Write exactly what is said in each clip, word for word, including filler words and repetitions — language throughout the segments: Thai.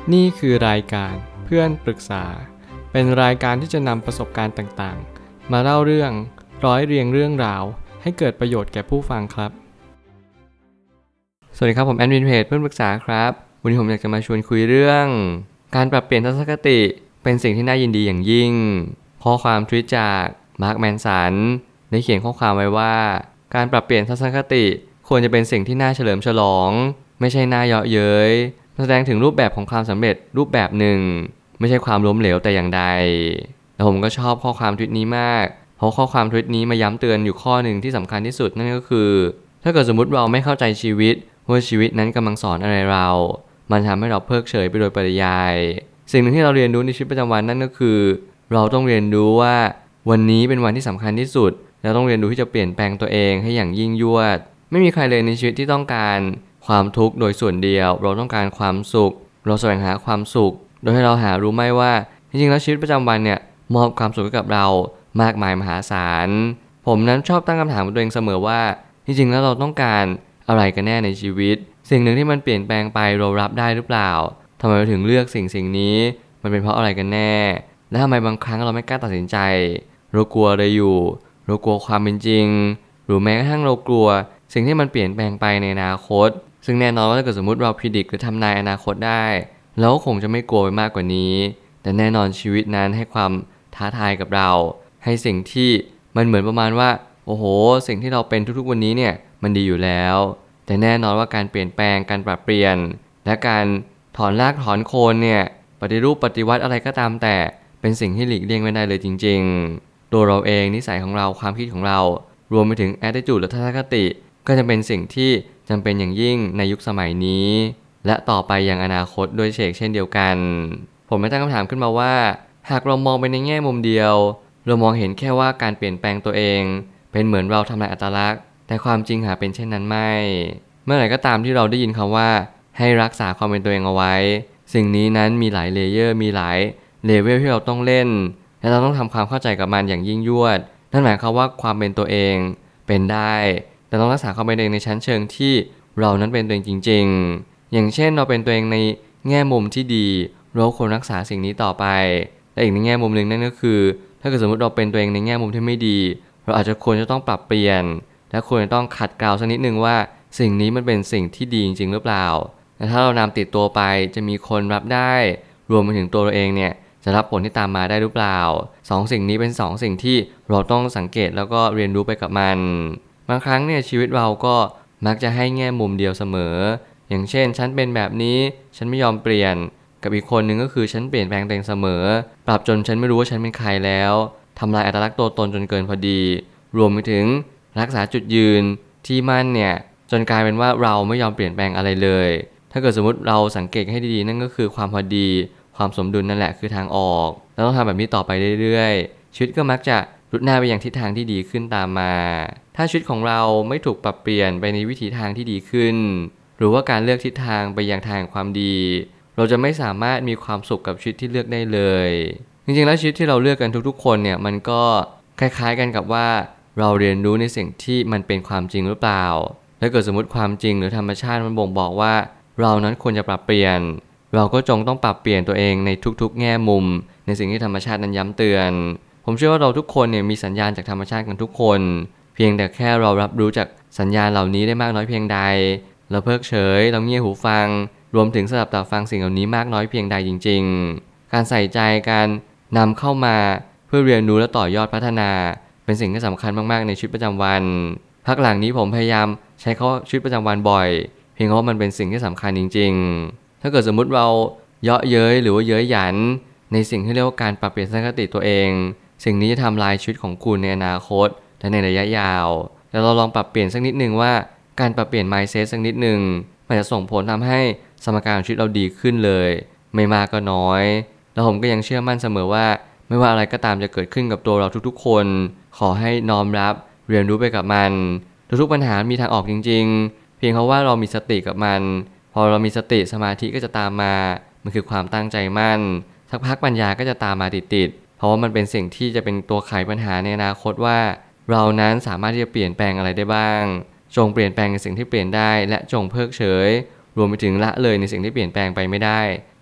นี่คือรายการเพื่อนปรึกษาเป็นรายการที่จะนำประสบการณ์ต่างๆมาเล่าเรื่องร้อยเรียงเรื่องราวให้เกิดประโยชน์แก่ผู้ฟังครับสวัสดีครับผมแอดมินเพจเพื่อนปรึกษาครับวันนี้ผมอยากจะมาชวนคุยเรื่องการปรับเปลี่ยนทัศนคติเป็นสิ่งที่น่ายินดีอย่างยิ่งข้อความทวีตจากมาร์คแมนสันได้เขียนข้อความไว้ว่าการปรับเปลี่ยนทัศนคติควรจะเป็นสิ่งที่น่าเฉลิมฉลองไม่ใช่น่าเยาะเย้ยแสดงถึงรูปแบบของความสำเร็จรูปแบบหนึ่งไม่ใช่ความล้มเหลวแต่อย่างใดแต่ผมก็ชอบข้อความทวีตนี้มากเพราะข้อความทวีตนี้มาย้ำเตือนอยู่ข้อหนึ่งที่สำคัญที่สุดนั่นก็คือถ้าเกิดสมมติเราไม่เข้าใจชีวิตว่าชีวิตนั้นกำลังสอนอะไรเรามันทำให้เราเพิกเฉยไปโดยปริยายสิ่งหนึ่งที่เราเรียนรู้ในชีวิตประจำวันนั่นก็คือเราต้องเรียนรู้ว่าวันนี้เป็นวันที่สำคัญที่สุดเราต้องเรียนรู้ที่จะเปลี่ยนแปลงตัวเองให้อย่างยิ่งยวดไม่มีใครเลยในชีวิตที่ต้องการความทุกข์โดยส่วนเดียวเราต้องการความสุขเราแสวงหาความสุขโดยให้เราหารู้ไหมว่าจริงๆแล้วชีวิตประจำวันเนี่ยมอบความสุขให้กับเรามากมายมหาศาลผมนั้นชอบตั้งคำถามกับตัวเองเสมอว่าจริงๆแล้วเราต้องการอะไรกันแน่ในชีวิตสิ่งหนึ่งที่มันเปลี่ยนแปลงไปเรารับได้หรือเปล่าทำไมเราถึงเลือกสิ่งสิ่งนี้มันเป็นเพราะอะไรกันแน่และทำไมบางครั้งเราไม่กล้าตัดสินใจเรากลัวอะไรอยู่เรากลัวความเป็นจริงหรือแม้กระทั่งเรากลัวสิ่งที่มันเปลี่ยนแปลงไปในอนาคตซึ่งแน่นอนว่าถ้าเกิดสมมติเราพิจิตรหรือทำนายอนาคตได้เราก็คงจะไม่กลัวไปมากกว่านี้แต่แน่นอนชีวิตนั้นให้ความท้าทายกับเราให้สิ่งที่มันเหมือนประมาณว่าโอ้โหสิ่งที่เราเป็นทุกๆวันนี้เนี่ยมันดีอยู่แล้วแต่แน่นอนว่าการเปลี่ยนแปลงการปรับเปลี่ยนและการถอนรากถอนโคนเนี่ยปฏิรูปปฏิวัติอะไรก็ตามแต่เป็นสิ่งที่หลีกเลี่ยงไม่ได้เลยจริงๆตัวเราเองนิสัยของเราความคิดของเรารวมไปถึง attitude และทัศนคติก็จะเป็นสิ่งที่จำเป็นอย่างยิ่งในยุคสมัยนี้และต่อไปอย่างอนาคตด้วยเช่นเช่นเดียวกันผมไม่ตั้งคำถามขึ้นมาว่าหากเรามองไปในแง่มุมเดียวเรามองเห็นแค่ว่าการเปลี่ยนแปลงตัวเองเป็นเหมือนเราทำลายอัตลักษณ์แต่ความจริงหาเป็นเช่นนั้นไม่เมื่อไหร่ก็ตามที่เราได้ยินคำว่าให้รักษาความเป็นตัวเองเอาไว้สิ่งนี้นั้นมีหลายเลเยอร์มีหลายเลเวลที่เราต้องเล่นและเราต้องทำความเข้าใจกับมันอย่างยิ่งยวดนั่นหมายความว่าความเป็นตัวเองเป็นได้แต่ต้องรักษาความเป็นตัวเองในชั้นเชิงที่เรานั้นเป็นตัวเองจริงๆอย่างเช่นเราเป็นตัวเองในแง่มุมที่ดีเราควรรักษาสิ่งนี้ต่อไปและอีกในแง่มุมหนึ่งนั่นก็คือถ้าเกิดสมมติเราเป็นตัวเองในแง่มุมที่ไม่ดีเราอาจจะควรจะต้องปรับเปลี่ยนและควรจะต้องขัดเกลาสักนิดนึงว่าสิ่งนี้มันเป็นสิ่งที่ดีจริงๆหรือเปล่าและถ้าเรานำติดตัวไปจะมีคนรับได้รวมไปถึงตัวเราเองเนี่ยจะรับผลที่ตามมาได้หรือเปล่าสองสิ่งนี้เป็นสองสิ่งที่เราต้องสังเกตแล้วก็เรียนรู้ไปกับมันบางครั้งเนี่ยชีวิตเราก็มักจะให้แง่มุมเดียวเสมออย่างเช่นฉันเป็นแบบนี้ฉันไม่ยอมเปลี่ยนกับอีกคนนึงก็คือฉันเปลี่ยนแปลงตัวเองเสมอปรับจนฉันไม่รู้ว่าฉันเป็นใครแล้วทำลายอัตลักษณ์ตัวตนจนเกินพอดีรวมไปถึงรักษาจุดยืนที่มั่นเนี่ยจนกลายเป็นว่าเราไม่ยอมเปลี่ยนแปลงอะไรเลยถ้าเกิดสมมติเราสังเกตให้ดีๆนั่นก็คือความพอดีความสมดุลนั่นแหละคือทางออกเราต้องทำแบบนี้ต่อไปเรื่อยๆชีวิตก็มักจะรุดหน้าไปอย่างทิศทางที่ดีขึ้นตามมาถ้าชีวิตของเราไม่ถูกปรับเปลี่ยนไปในวิถีทางที่ดีขึ้นหรือว่าการเลือกทิศทางไปยังทางความดีเราจะไม่สามารถมีความสุขกับชีวิตที่เลือกได้เลยจริงๆแล้วชีวิตที่เราเลือกกันทุกๆคนเนี่ยมันก็คล้ายๆกันกับว่าเราเรียนรู้ในสิ่งที่มันเป็นความจริงหรือเปล่าถ้าเกิดสมมติความจริงหรือธรรมชาติมันบ่งบอกว่าเรานั้นควรจะปรับเปลี่ยนเราก็จงต้องปรับเปลี่ยนตัวเองในทุกๆแง่มุมในสิ่งที่ธรรมชาตินั้นย้ำเตือนผมเชื่อว่าเราทุกคนเนี่ยมีสัญญาณจากธรรมชาติกันทุกคนเพียงแต่แค่เรารับรู้จากสัญญาณเหล่านี้ได้มากน้อยเพียงใดเราเพิกเฉยเราเงี่ยหูฟังรวมถึงสลับตาฟังสิ่งเหล่านี้มากน้อยเพียงใดจริงๆการใส่ใจการนำเข้ามาเพื่อเรียนรู้และต่อยอดพัฒนาเป็นสิ่งที่สำคัญมากๆในชีวิตประจำวันพักหลังนี้ผมพยายามใช้คำว่าชีวิตประจำวันบ่อยเพียงเพราะมันเป็นสิ่งที่สำคัญจริงๆถ้าเกิดสมมุติเราเยาะเย้ยหรือว่าเย้ยหยันในสิ่งที่เรียกว่าการปรับเปลี่ยนทัศนคติตัวเองสิ่งนี้จะทำลายชีวิตของคุณในอนาคตและในระยะยาวแต่เราลองปรับเปลี่ยนสักนิดนึงว่าการปรับเปลี่ยน mindset สักนิดนึงมันจะส่งผลทำให้สมการของชีวิตเราดีขึ้นเลยไม่มากก็น้อยแล้วผมก็ยังเชื่อมั่นเสมอว่าไม่ว่าอะไรก็ตามจะเกิดขึ้นกับตัวเราทุกๆคนขอให้น้อมรับเรียนรู้ไปกับมันทุกๆปัญหามีทางออกจริงๆเพียงเพราะว่าเรามีสติกับมันพอเรามีสติสมาธิก็จะตามมามันคือความตั้งใจมั่นสักพักปัญญาก็จะตามมาติดๆเพราะว่ามันเป็นสิ่งที่จะเป็นตัวไขปัญหาในอนาคตว่าเรานั้นสามารถที่จะเปลี่ยนแปลงอะไรได้บ้างจงเปลี่ยนแปลงในสิ่งที่เปลี่ยนได้และจงเพิกเฉยรวมไปถึงละเลยในสิ่งที่เปลี่ยนแปลงไปไม่ได้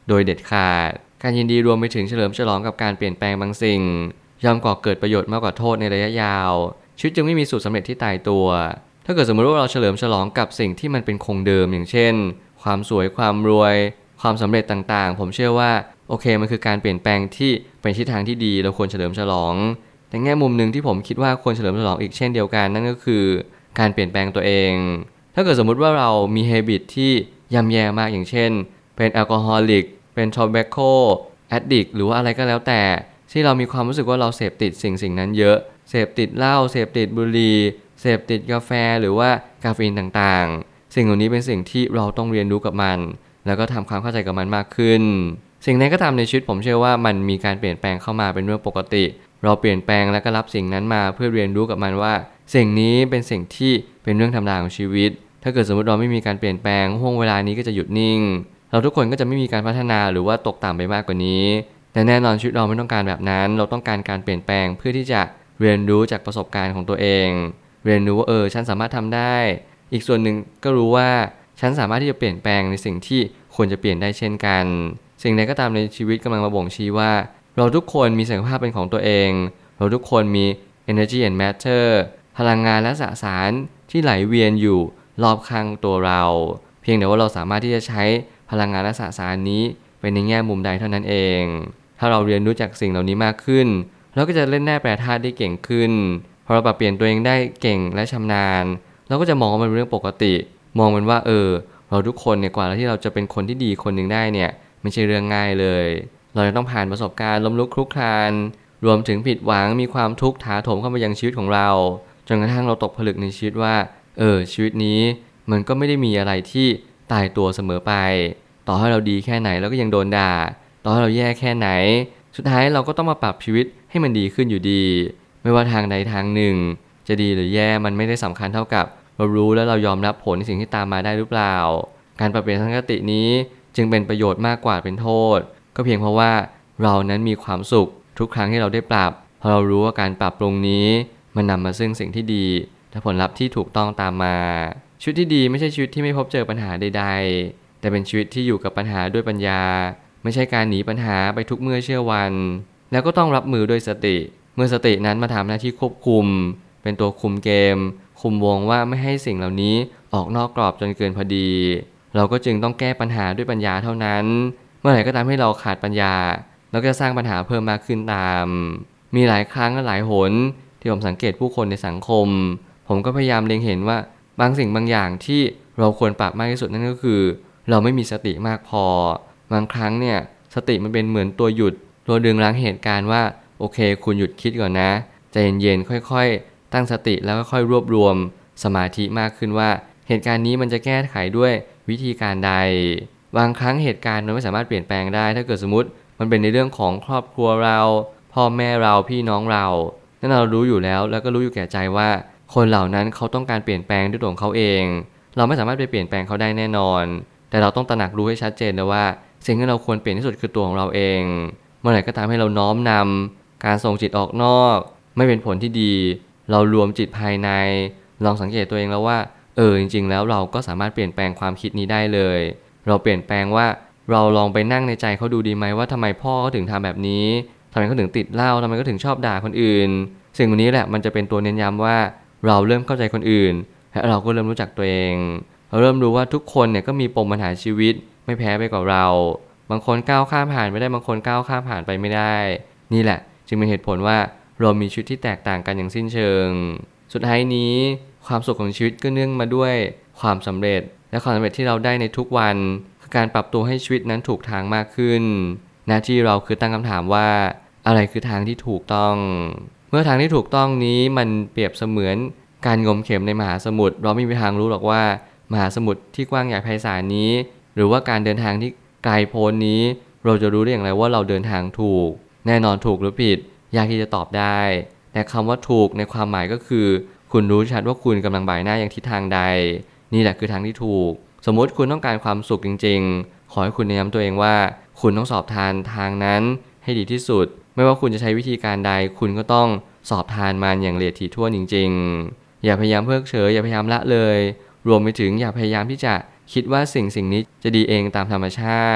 โดยเด็ดขาดการยินดีรวมไปถึงเฉลิมฉลองกับการเปลี่ยนแปลงบางสิ่งย่อมก่อเกิดประโยชน์มากกว่าโทษในระยะยาวชีวิตจึงไม่มีสูตรสำเร็จที่ตายตัวถ้าเกิดสมมติว่าเราเฉลิมฉลองกับสิ่งที่มันเป็นคงเดิมอย่างเช่นความสวยความรวยความสำเร็จต่างๆผมเชื่อว่าโอเคมันคือการเปลี่ยนแปลงที่เป็นทิศทางที่ดีเราควรเฉลิมฉลองแต่แง่มุมหนึ่งที่ผมคิดว่าควรเฉลิมฉลองอีกเช่นเดียวกันนั่นก็คือการเปลี่ยนแปลงตัวเองถ้าเกิดสมมุติว่าเรามี habit ที่ย่ำแย่มากอย่างเช่นเป็นแอลกอฮอลิกเป็น tobacco addict หรือว่าอะไรก็แล้วแต่ที่เรามีความรู้สึกว่าเราเสพติดสิ่งสิ่งนั้นเยอะเสพติดเหล้าเสพติดบุหรี่เสพติดกาแฟหรือว่ากาเฟอีนต่างๆสิ่งเหล่านี้เป็นสิ่งที่เราต้องเรียนรู้กับมันแล้วก็ทำความเข้าใจกับมันมากขึ้นสิ่งใดก็ตามในชีวิตผมเชื่อว่ามันมีการเปลี่ยนแปลงเข้ามาเป็นเรื่องปกติเราเปลี่ยนแปลงแล้วก็รับสิ่งนั้นมาเพื่อเรียนรู้กับมันว่าสิ่งนี้เป็นสิ่งที่เป็นเรื่องธรรมดาของชีวิตถ้าเกิดสมมติเราไม่มีการเปลี่ยนแปลงห่วงเวลานี้ก็จะหยุดนิ่งเราทุกคนก็จะไม่มีการพัฒนาหรือว่าตกต่ำไปมากกว่านี้แต่แน่นอนชีวิตเราไม่ต้องการแบบนั้นเราต้องการการเปลี่ยนแปลงเพื่อที่จะเรียนรู้จากประสบการณ์ของตัวเองเรียนรู้ว่าเออฉันสามารถทำได้อีกส่วนหนึ่งก็รู้ว่าฉันสามารถที่จะเปลี่ยนแปลงในสิ่งที่ควรจะเปลี่ยนได้เช่นกันสิ่งใดก็ตามในชีวิตกำลังมาบ่งชี้ว่าเราทุกคนมีศักยภาพเป็นของตัวเองเราทุกคนมี energy and matter พลังงานและสสารที่ไหลเวียนอยู่รอบข้างตัวเราเพียงแต่ว่าเราสามารถที่จะใช้พลังงานและสสารนี้ไปในแง่มุมใดเท่านั้นเองถ้าเราเรียนรู้จากสิ่งเหล่านี้มากขึ้นเราก็จะเล่นแร่แปรธาตุได้เก่งขึ้นพอเราปรับเปลี่ยนตัวเองได้เก่งและชำนาญเราก็จะมองว่ามันเป็นเรื่องปกติมองมันว่าเออเราทุกคนเนี่ยกว่าที่เราจะเป็นคนที่ดีคนหนึ่งได้เนี่ยไม่ใช่เรื่องง่ายเลยเราจะต้องผ่านประสบการณ์ล้มลุกคลุกคลานรวมถึงผิดหวังมีความทุกข์ถาโถมเข้ามายังชีวิตของเราจนกระทั่งเราตกผลึกในชีวิตว่าเออชีวิตนี้มันก็ไม่ได้มีอะไรที่ตายตัวเสมอไปต่อให้เราดีแค่ไหนเราก็ยังโดนด่าต่อให้เราแย่แค่ไหนสุดท้ายเราก็ต้องมาปรับชีวิตให้มันดีขึ้นอยู่ดีไม่ว่าทางใดทางหนึ่งจะดีหรือแย่มันไม่ได้สำคัญเท่ากับเรารู้และเรายอมรับผลในสิ่งที่ตามมาได้หรือเปล่าการปรับเปลี่ยนทัศนคตินี้จึงเป็นประโยชน์มากกว่าเป็นโทษก็เพียงเพราะว่าเรานั้นมีความสุขทุกครั้งที่เราได้ปรับพอเรารู้ว่าการปรับปรุงนี้มันนำมาซึ่งสิ่งที่ดีและผลลัพธ์ที่ถูกต้องตามมาชีวิตที่ดีไม่ใช่ชีวิตที่ไม่พบเจอปัญหาใดๆแต่เป็นชีวิตที่อยู่กับปัญหาด้วยปัญญาไม่ใช่การหนีปัญหาไปทุกเมื่อเชื่อวันแล้วก็ต้องรับมือด้วยสติเมื่อสตินั้นมาทำหน้าที่ควบคุมเป็นตัวคุมเกมคุมวงว่าไม่ให้สิ่งเหล่านี้ออกนอกกรอบจนเกินพอดีเราก็จึงต้องแก้ปัญหาด้วยปัญญาเท่านั้นเมื่อไหร่ก็ตามให้เราขาดปัญญาเราก็จะสร้างปัญหาเพิ่มมากขึ้นตามมีหลายครั้งและหลายหนที่ผมสังเกตผู้คนในสังคมผมก็พยายามเล็งเห็นว่าบางสิ่งบางอย่างที่เราควรปรับมากที่สุดนั่นก็คือเราไม่มีสติมากพอบางครั้งเนี่ยสติมันเป็นเหมือนตัวหยุดตัวดึงรั้งเหตุการณ์ว่าโอเคคุณหยุดคิดก่อนนะใจเย็นๆค่อยๆตั้งสติแล้วก็ค่อยรวบรวมสมาธิมากขึ้นว่าเหตุการณ์นี้มันจะแก้ไขด้วยวิธีการใดบางครั้งเหตุการณ์มันไม่สามารถเปลี่ยนแปลงได้ถ้าเกิดสมมติมันเป็นในเรื่องของครอบครัวเราพ่อแม่เราพี่น้องเรานั่นเรารู้อยู่แล้วแล้วก็รู้อยู่แก่ใจว่าคนเหล่านั้นเขาต้องการเปลี่ยนแปลงด้วยตัวของเขาเองเราไม่สามารถไปเปลี่ยนแปลงเขาได้แน่นอนแต่เราต้องตระหนักรู้ให้ชัดเจนนะว่าสิ่งที่เราควรเปลี่ยนที่สุดคือตัวของเราเองเมื่อไหร่ก็ตามให้เราน้อมนำการส่งจิตออกนอกไม่เป็นผลที่ดีเรารวมจิตภายในลองสังเกตตัวเองแล้วว่าเออจริงๆแล้วเราก็สามารถเปลี่ยนแปลงความคิดนี้ได้เลยเราเปลี่ยนแปลงว่าเราลองไปนั่งในใจเขาดูดีไหมว่าทำไมพ่อเขาถึงทำแบบนี้ทำไมเขาถึงติดเหล้าทำไมเขาถึงชอบด่าคนอื่นสิ่งนี้แหละมันจะเป็นตัวเน้นย้ำว่าเราเริ่มเข้าใจคนอื่นและเราก็เริ่มรู้จักตัวเองเราเริ่มรู้ว่าทุกคนเนี่ยก็มีปมปัญหาชีวิตไม่แพ้ไปกว่าเราบางคนก้าวข้ามผ่านไปได้บางคนก้าวข้ามผ่านไปไม่ได้นี่แหละจึงเป็นเหตุผลว่าเรามีชีวิตที่แตกต่างกันอย่างสิ้นเชิงสุดท้ายนี้ความสุขของชีวิตก็เนื่องมาด้วยความสำเร็จและความสำเร็จที่เราได้ในทุกวันคือการปรับตัวให้ชีวิตนั้นถูกทางมากขึ้นหน้าที่เราคือตั้งคำถามว่าอะไรคือทางที่ถูกต้องเมื่อทางที่ถูกต้องนี้มันเปรียบเสมือนการงมเข็มในมหาสมุทรเราไม่มีทางรู้หรอกว่ามหาสมุทรที่กว้างใหญ่ไพศาลนี้หรือว่าการเดินทางที่ไกลโพ้นนี้เราจะรู้ได้อย่างไรว่าเราเดินทางถูกแน่นอนถูกหรือผิดยากที่จะตอบได้แต่คำว่าถูกในความหมายก็คือคุณรู้ชัดว่าคุณกำลังบ่ายหน้าอย่างทิศทางใดนี่แหละคือทางที่ถูกสมมติคุณต้องการความสุขจริงๆขอให้คุณย้ำตัวเองว่าคุณต้องสอบทานทางนั้นให้ดีที่สุดไม่ว่าคุณจะใช้วิธีการใดคุณก็ต้องสอบทานมันอย่างละเอียดถี่ถ้วนจริงๆอย่าพยายามเพิกเฉยอย่าพยายามละเลยรวมไปถึงอย่าพยายามที่จะคิดว่าสิ่งสิ่งนี้จะดีเองตามธรรมชาติเพ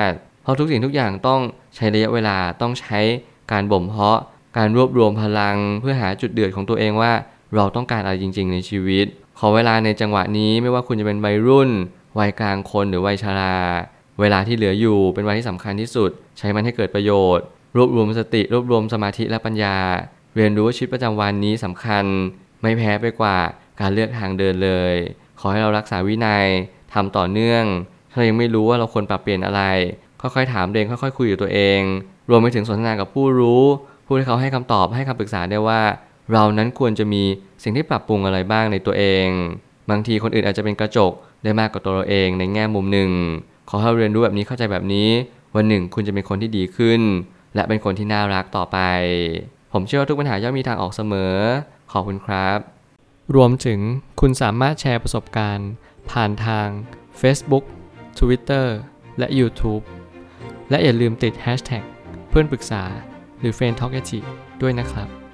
เพราะทุกสิ่งทุกอย่างต้องใช้ระยะเวลาต้องใช้การบ่มเพาะการรวบรวมพลังเพื่อหาจุดเดือดของตัวเองว่าเราต้องการอะไรจริงๆในชีวิตขอเวลาในจังหวะนี้ไม่ว่าคุณจะเป็นวัยรุ่นวัยกลางคนหรือวัยชราเวลาที่เหลืออยู่เป็นวัยที่สำคัญที่สุดใช้มันให้เกิดประโยชน์รวบรวมสติรวบรวมสมาธิและปัญญาเรียนรู้ว่าชีวิตประจำวันนี้สำคัญไม่แพ้ไปกว่าการเลือกทางเดินเลยขอให้เรารักษาวินัยทำต่อเนื่องถ้ายังไม่รู้ว่าเราควรปรับเปลี่ยนอะไรค่อยๆถามตัวเองค่อยๆคุยกับตัวเองรวมไปถึงสนทนากับผู้รู้ผู้ที่เขาให้คำตอบให้คำปรึกษาได้ว่าเรานั้นควรจะมีสิ่งที่ปรับปรุงอะไรบ้างในตัวเองบางทีคนอื่นอาจจะเป็นกระจกได้มากกว่าตัวเราเองในแง่มุมหนึ่งขอให้เราเรียนรู้แบบนี้เข้าใจแบบนี้วันหนึ่งคุณจะเป็นคนที่ดีขึ้นและเป็นคนที่น่ารักต่อไปผมเชื่อว่าทุกปัญหาย่อมมีทางออกเสมอขอบคุณครับรวมถึงคุณสามารถแชร์ประสบการณ์ผ่านทาง Facebook Twitter และ YouTube และอย่าลืมติด แฮชแท็ก เพื่อนปรึกษาหรือ เฟรนด์ ทอล์ก ด้วยนะครับ